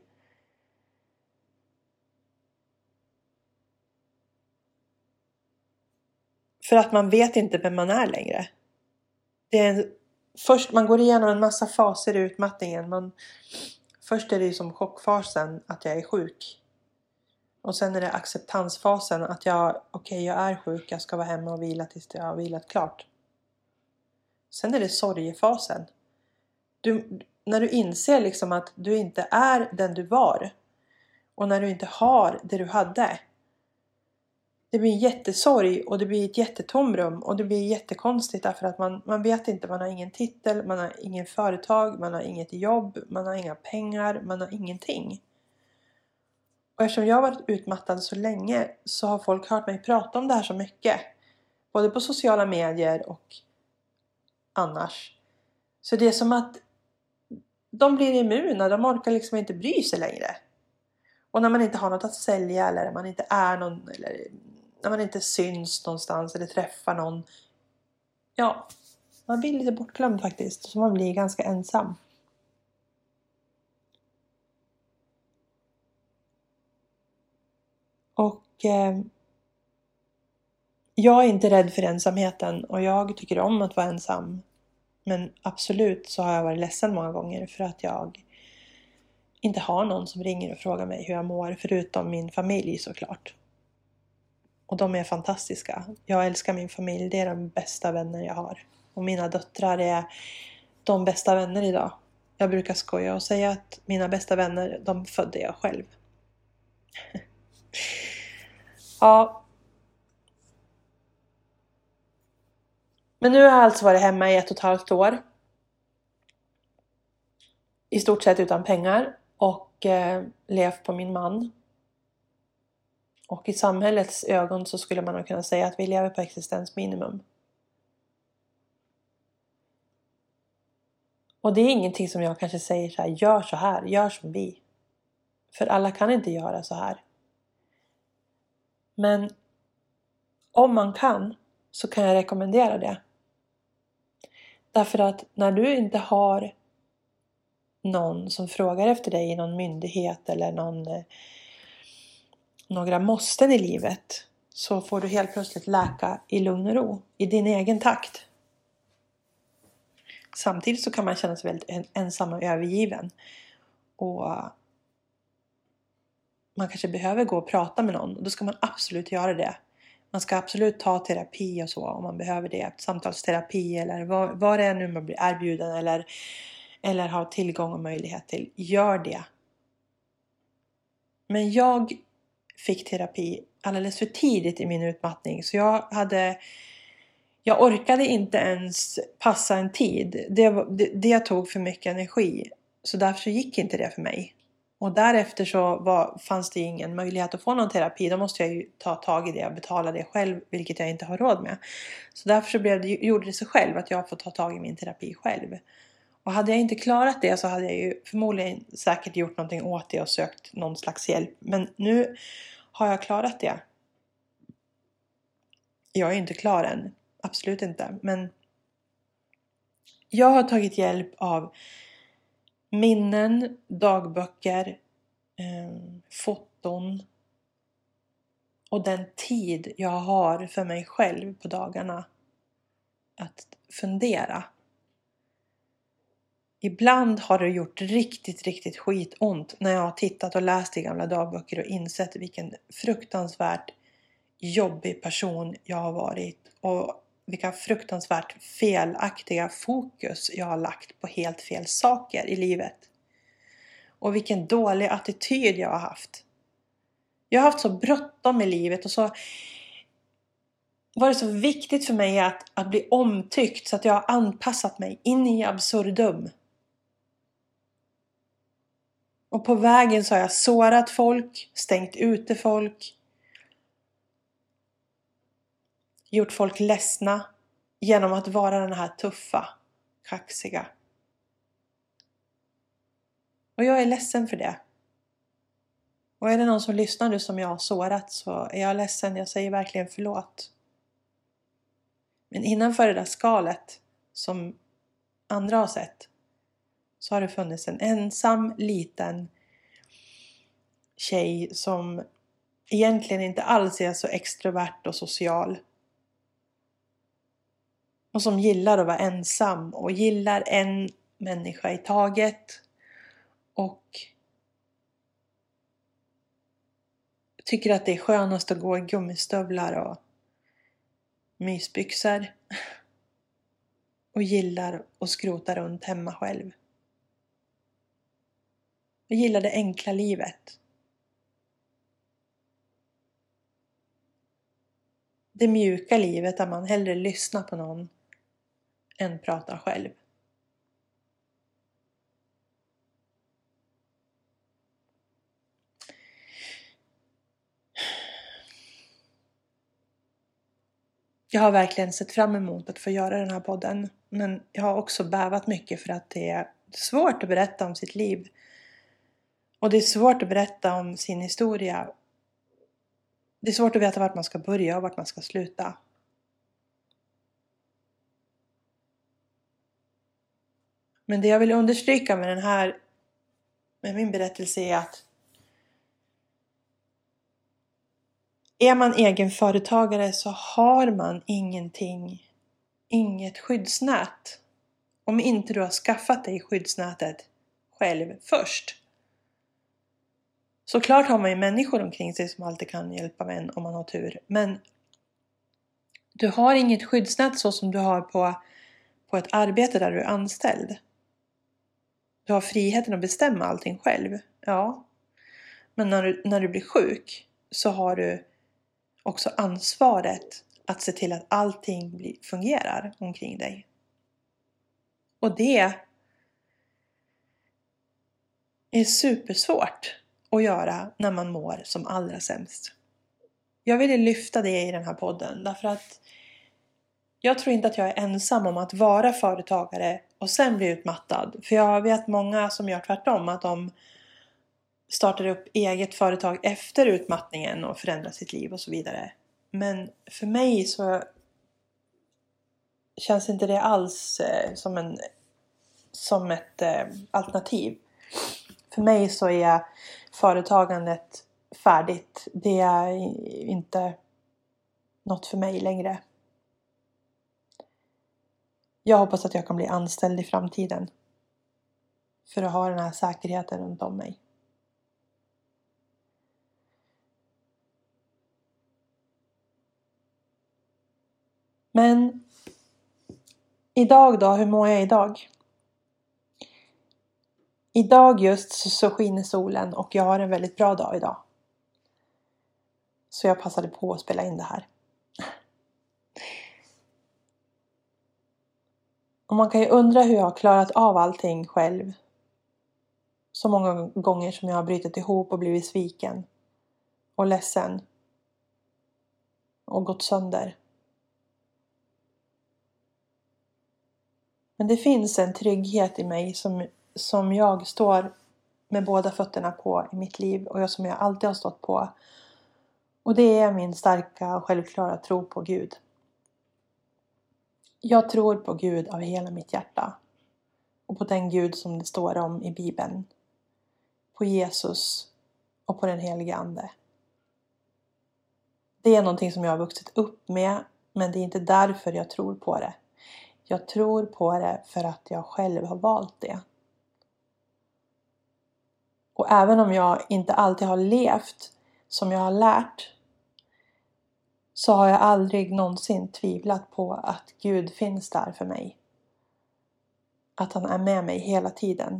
För att man vet inte vem man är längre. Först man går igenom en massa faser i utmattningen. Först är det ju som chockfasen att jag är sjuk. Och sen är det acceptansfasen att jag är sjuk, jag ska vara hemma och vila tills jag har vilat klart. Sen är det sorgefasen. När du inser liksom att du inte är den du var. Och när du inte har det du hade. Det blir jättesorg och det blir ett jättetomrum. Och det blir jättekonstigt därför att man vet inte, man har ingen titel, man har ingen företag, man har inget jobb, man har inga pengar, man har ingenting. Och eftersom jag har varit utmattad så länge så har folk hört mig prata om det här så mycket. Både på sociala medier och annars. Så det är som att de blir immuna. De orkar liksom inte bry sig längre. Och när man inte har något att sälja, eller man inte är någon, eller när man inte syns någonstans eller träffar någon. Ja, man blir lite bortglömd faktiskt. Så man blir ganska ensam. Och jag är inte rädd för ensamheten och jag tycker om att vara ensam. Men absolut så har jag varit ledsen många gånger för att jag inte har någon som ringer och frågar mig hur jag mår, förutom min familj såklart. Och de är fantastiska. Jag älskar min familj, det är de bästa vänner jag har. Och mina döttrar är de bästa vänner idag. Jag brukar skoja och säga att mina bästa vänner, de födde jag själv. Ja. Men nu har jag alltså varit hemma i 1,5 år. I stort sett utan pengar. Och levt på min man. Och i samhällets ögon så skulle man kunna säga att vi lever på existensminimum. Och det är ingenting som jag kanske säger så här, gör som vi. För alla kan inte göra så här. Men om man kan så kan jag rekommendera det. Därför att när du inte har någon som frågar efter dig i någon myndighet eller några måsten i livet, så får du helt plötsligt läka i lugn och ro i din egen takt. Samtidigt så kan man känna sig väldigt ensam och övergiven. Och man kanske behöver gå och prata med någon. Och då ska man absolut göra det. Man ska absolut ta terapi och så om man behöver det. Samtalsterapi eller vad det är nu man blir erbjuden. Eller har tillgång och möjlighet till. Gör det. Men jag fick terapi alldeles för tidigt i min utmattning. Så jag orkade inte ens passa en tid. Det tog för mycket energi. Så därför så gick inte det för mig. Och därefter så fanns det ingen möjlighet att få någon terapi. Då måste jag ju ta tag i det och betala det själv. Vilket jag inte har råd med. Så därför så gjorde det sig själv att jag får ta tag i min terapi själv. Och hade jag inte klarat det så hade jag ju förmodligen säkert gjort någonting åt det och sökt någon slags hjälp. Men nu har jag klarat det. Jag är inte klar än. Absolut inte. Men jag har tagit hjälp av minnen, dagböcker, foton och den tid jag har för mig själv på dagarna att fundera. Ibland har det gjort riktigt skitont när jag har tittat och läst i gamla dagböcker och insett vilken fruktansvärt jobbig person jag har varit och vilka fruktansvärt felaktiga fokus jag har lagt på helt fel saker i livet. Och vilken dålig attityd jag har haft. Jag har haft så bråttom i livet och så var det så viktigt för mig att bli omtyckt så att jag har anpassat mig in i absurdum. Och på vägen så har jag sårat folk, stängt ute folk, gjort folk ledsna genom att vara den här tuffa, kaxiga. Och jag är ledsen för det. Och är det någon som lyssnar nu som jag har sårat så är jag ledsen, jag säger verkligen förlåt. Men innanför det där skalet som andra har sett så har det funnits en ensam liten tjej som egentligen inte alls är så extrovert och social. Och som gillar att vara ensam och gillar en människa i taget. Och tycker att det är skönast att gå i gummistövlar och mysbyxor. Och gillar att skrota runt hemma själv. Och gillar det enkla livet. Det mjuka livet där man hellre lyssnar på någon än pratar själv. Jag har verkligen sett fram emot att få göra den här podden. Men jag har också bävat mycket för att det är svårt att berätta om sitt liv. Och det är svårt att berätta om sin historia. Det är svårt att veta vart man ska börja och vart man ska sluta. Men det jag vill understryka med min berättelse är att är man egenföretagare så har man inget skyddsnät. Om inte du har skaffat dig skyddsnätet själv först. Såklart har man ju människor omkring sig som alltid kan hjälpa en om man har tur. Men du har inget skyddsnät så som du har på ett arbete där du är anställd. Du har friheten att bestämma allting själv. Ja. Men när du blir sjuk så har du också ansvaret att se till att allting fungerar omkring dig. Och det är supersvårt att göra när man mår som allra sämst. Jag ville lyfta det i den här podden därför att jag tror inte att jag är ensam om att vara företagare och sen bli utmattad. För jag vet många som gör tvärtom, att de startar upp eget företag efter utmattningen och förändrar sitt liv och så vidare. Men för mig så känns inte det alls som ett alternativ. För mig så är företagandet färdigt. Det är inte något för mig längre. Jag hoppas att jag kan bli anställd i framtiden. För att ha den här säkerheten runt om mig. Men idag då, hur mår jag idag? Idag just så skiner solen och jag har en väldigt bra dag idag. Så jag passade på att spela in det här. Och man kan ju undra hur jag har klarat av allting själv. Så många gånger som jag har brutit ihop och blivit sviken. Och ledsen. Och gått sönder. Men det finns en trygghet i mig som jag står med båda fötterna på i mitt liv. Och som jag alltid har stått på. Och det är min starka och självklara tro på Gud. Jag tror på Gud av hela mitt hjärta. Och på den Gud som det står om i Bibeln. På Jesus och på den helige Ande. Det är någonting som jag har vuxit upp med. Men det är inte därför jag tror på det. Jag tror på det för att jag själv har valt det. Och även om jag inte alltid har levt som jag har lärt. Så har jag aldrig någonsin tvivlat på att Gud finns där för mig. Att han är med mig hela tiden.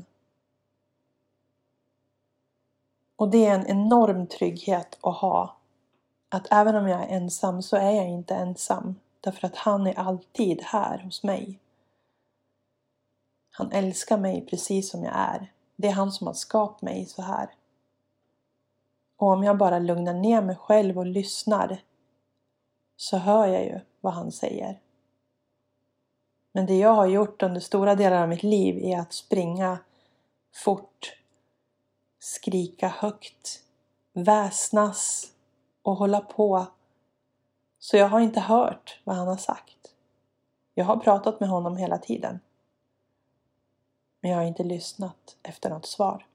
Och det är en enorm trygghet att ha. Att även om jag är ensam så är jag inte ensam. Därför att han är alltid här hos mig. Han älskar mig precis som jag är. Det är han som har skapat mig så här. Och om jag bara lugnar ner mig själv och lyssnar. Så hör jag ju vad han säger. Men det jag har gjort under stora delar av mitt liv är att springa fort. Skrika högt. Väsnas. Och hålla på. Så jag har inte hört vad han har sagt. Jag har pratat med honom hela tiden. Men jag har inte lyssnat efter något svar.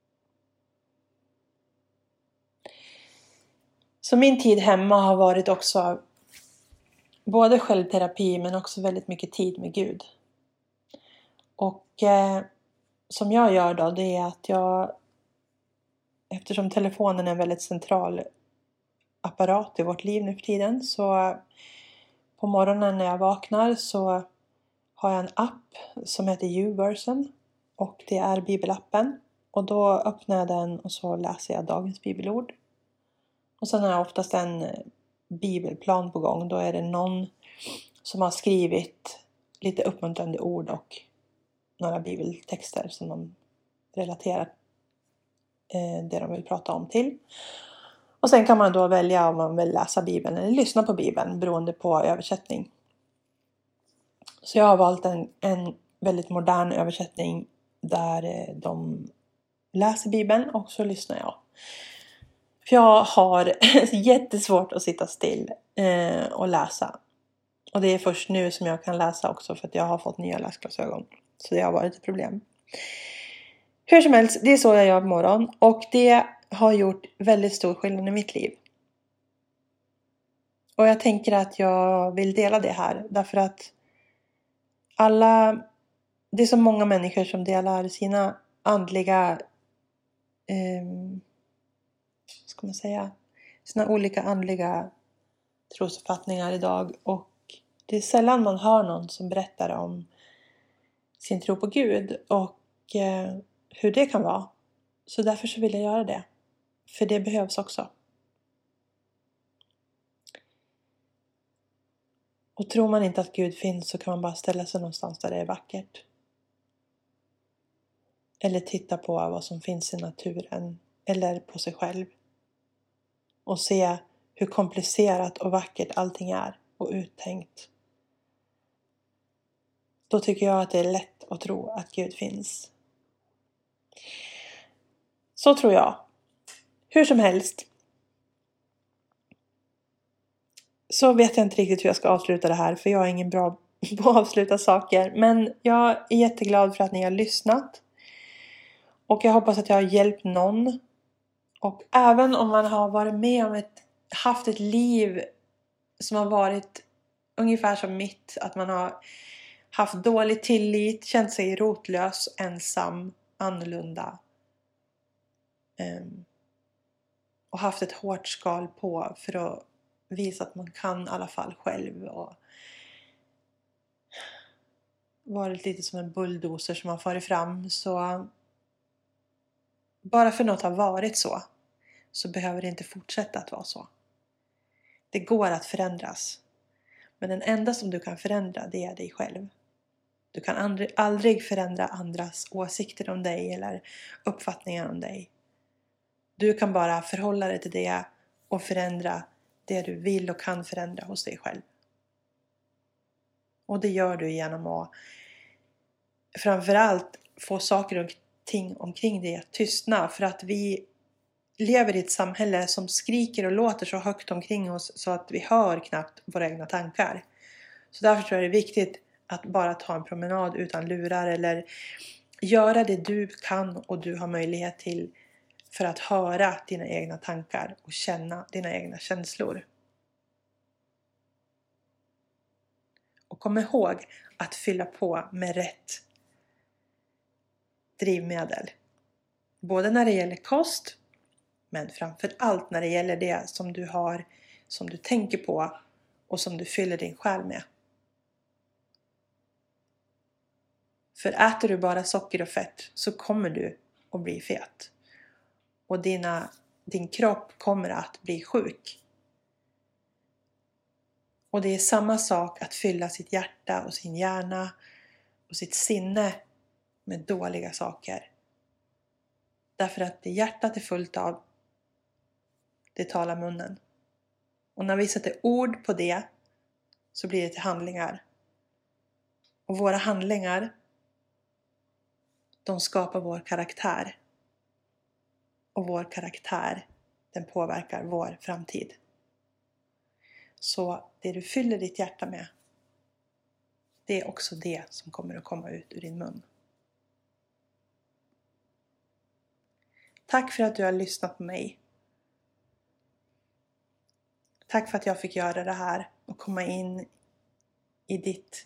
Så min tid hemma har varit också både självterapi men också väldigt mycket tid med Gud. Och som jag gör då, det är att eftersom telefonen är en väldigt central apparat i vårt liv nu för tiden, så på morgonen när jag vaknar så har jag en app som heter YouVersion och det är bibelappen. Och då öppnar jag den och så läser jag dagens bibelord. Och sen har jag oftast en bibelplan på gång. Då är det någon som har skrivit lite uppmuntrande ord och några bibeltexter som de relaterar det de vill prata om till. Och sen kan man då välja om man vill läsa Bibeln eller lyssna på Bibeln beroende på översättning. Så jag har valt en väldigt modern översättning där de läser Bibeln och så lyssnar jag. För jag har jättesvårt att sitta still och läsa. Och det är först nu som jag kan läsa också för att jag har fått nya läsglasögon. Så det har varit ett problem. Hur som helst, det är så jag gör på morgon. Och det har gjort väldigt stor skillnad i mitt liv. Och jag tänker att jag vill dela det här. Därför att det är så många människor som delar sina andliga, ska man säga, sina olika andliga trosuppfattningar idag. Och det är sällan man hör någon som berättar om sin tro på Gud och hur det kan vara. Så därför så vill jag göra det. För det behövs också. Och tror man inte att Gud finns så kan man bara ställa sig någonstans där det är vackert. Eller titta på vad som finns i naturen. Eller på sig själv. Och se hur komplicerat och vackert allting är. Och uttänkt. Då tycker jag att det är lätt att tro att Gud finns. Så tror jag. Hur som helst. Så vet jag inte riktigt hur jag ska avsluta det här. För jag är ingen bra på att avsluta saker. Men jag är jätteglad för att ni har lyssnat. Och jag hoppas att jag har hjälpt någon. Och även om man har varit med om haft ett liv som har varit ungefär som mitt. Att man har haft dålig tillit, känt sig rotlös, ensam, annorlunda. Och haft ett hårt skal på för att visa att man kan i alla fall själv. Och varit lite som en bulldozer som har farit fram. Så bara för något har varit så behöver det inte fortsätta att vara så. Det går att förändras. Men den enda som du kan förändra, det är dig själv. Du kan aldrig förändra andras åsikter om dig eller uppfattningar om dig. Du kan bara förhålla dig till det och förändra det du vill och kan förändra hos dig själv. Och det gör du genom att framförallt få saker och ting omkring dig att tystna. För att vi lever i ett samhälle som skriker och låter så högt omkring oss så att vi hör knappt våra egna tankar. Så därför tror jag det är viktigt att bara ta en promenad utan lurar eller göra det du kan och du har möjlighet till för att höra dina egna tankar och känna dina egna känslor. Och kom ihåg att fylla på med rätt drivmedel. Både när det gäller kost, men framför allt när det gäller det som du har, som du tänker på och som du fyller din själ med. För äter du bara socker och fett så kommer du att bli fet. Och din kropp kommer att bli sjuk. Och det är samma sak att fylla sitt hjärta och sin hjärna och sitt sinne med dåliga saker. Därför att det hjärtat är fullt av, det talar munnen. Och när vi sätter ord på det så blir det till handlingar. Och våra handlingar, de skapar vår karaktär. Och vår karaktär, den påverkar vår framtid. Så det du fyller ditt hjärta med, det är också det som kommer att komma ut ur din mun. Tack för att du har lyssnat på mig. Tack för att jag fick göra det här och komma in i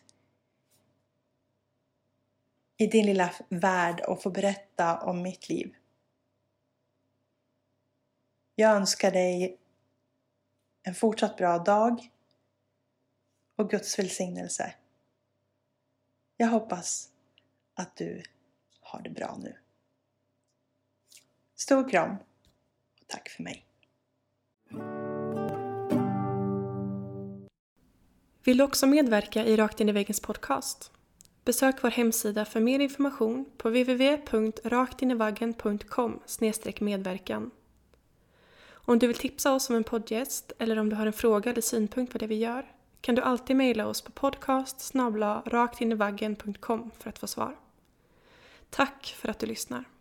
din lilla värld och få berätta om mitt liv. Jag önskar dig en fortsatt bra dag och Guds välsignelse. Jag hoppas att du har det bra nu. Stor kram och tack för mig.
Vill du också medverka i Rakt in i väggens podcast? Besök vår hemsida för mer information på www.raktinivaggen.com/medverkan. Om du vill tipsa oss om en poddgäst eller om du har en fråga eller synpunkt på det vi gör kan du alltid mejla oss på podcast@raktinivaggen.com för att få svar. Tack för att du lyssnar.